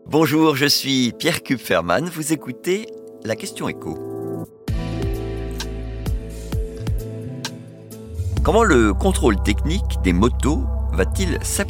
Bonjour, je suis Pierre Kupferman, vous écoutez la question écho. Comment le contrôle technique des motos va-t-il s'appliquer ?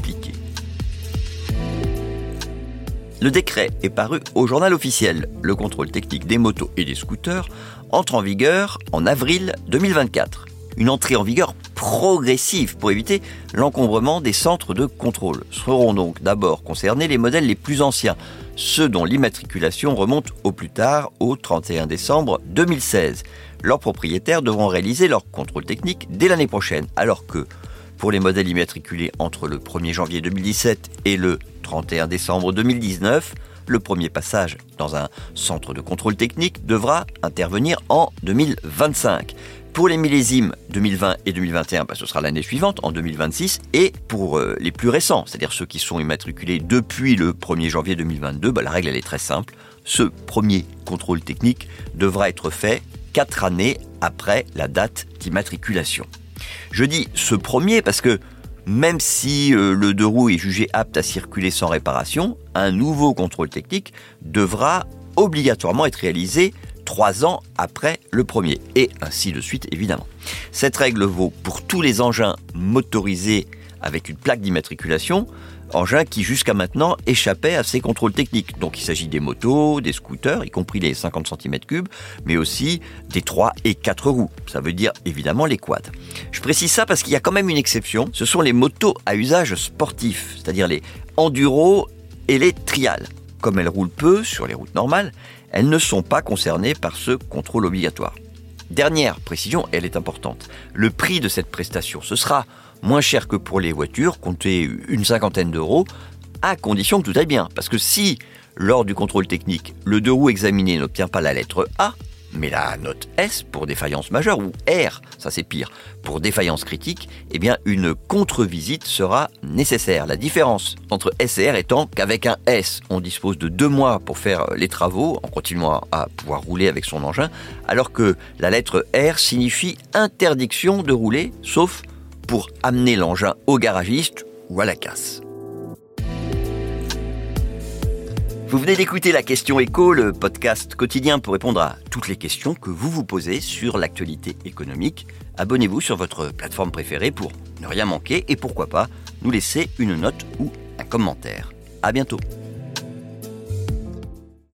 Le décret est paru au journal officiel. Le contrôle technique des motos et des scooters entre en vigueur en avril 2024. Une entrée en vigueur progressive pour éviter l'encombrement des centres de contrôle. Seront donc d'abord concernés les modèles les plus anciens, ceux dont l'immatriculation remonte au plus tard au 31 décembre 2016. Leurs propriétaires devront réaliser leur contrôle technique dès l'année prochaine, alors que pour les modèles immatriculés entre le 1er janvier 2017 et le 31 décembre 2019, le premier passage dans un centre de contrôle technique devra intervenir en 2025. Pour les millésimes 2020 et 2021, ce sera l'année suivante, en 2026. Et pour les plus récents, c'est-à-dire ceux qui sont immatriculés depuis le 1er janvier 2022, la règle elle est très simple. Ce premier contrôle technique devra être fait 4 années après la date d'immatriculation. Je dis ce premier parce que même si le deux roues est jugé apte à circuler sans réparation, un nouveau contrôle technique devra obligatoirement être réalisé 3 ans après le premier, et ainsi de suite évidemment. Cette règle vaut pour tous les engins motorisés avec une plaque d'immatriculation, engins qui jusqu'à maintenant échappaient à ces contrôles techniques. Donc il s'agit des motos, des scooters, y compris les 50 cm3, mais aussi des 3 et 4 roues. Ça veut dire évidemment les quads. Je précise ça parce qu'il y a quand même une exception, ce sont les motos à usage sportif, c'est-à-dire les enduro et les trials. Comme elles roulent peu sur les routes normales, elles ne sont pas concernées par ce contrôle obligatoire. Dernière précision, elle est importante. Le prix de cette prestation, ce sera moins cher que pour les voitures, comptez une cinquantaine d'euros, à condition que tout aille bien. Parce que si, lors du contrôle technique, le deux roues examiné n'obtient pas la lettre A, mais la note S pour défaillance majeure, ou R, ça c'est pire, pour défaillance critique, une contre-visite sera nécessaire. La différence entre S et R étant qu'avec un S, on dispose de 2 mois pour faire les travaux, en continuant à pouvoir rouler avec son engin, alors que la lettre R signifie interdiction de rouler, sauf pour amener l'engin au garagiste ou à la casse. Vous venez d'écouter la question écho, le podcast quotidien pour répondre à toutes les questions que vous vous posez sur l'actualité économique. Abonnez-vous sur votre plateforme préférée pour ne rien manquer et pourquoi pas nous laisser une note ou un commentaire. À bientôt.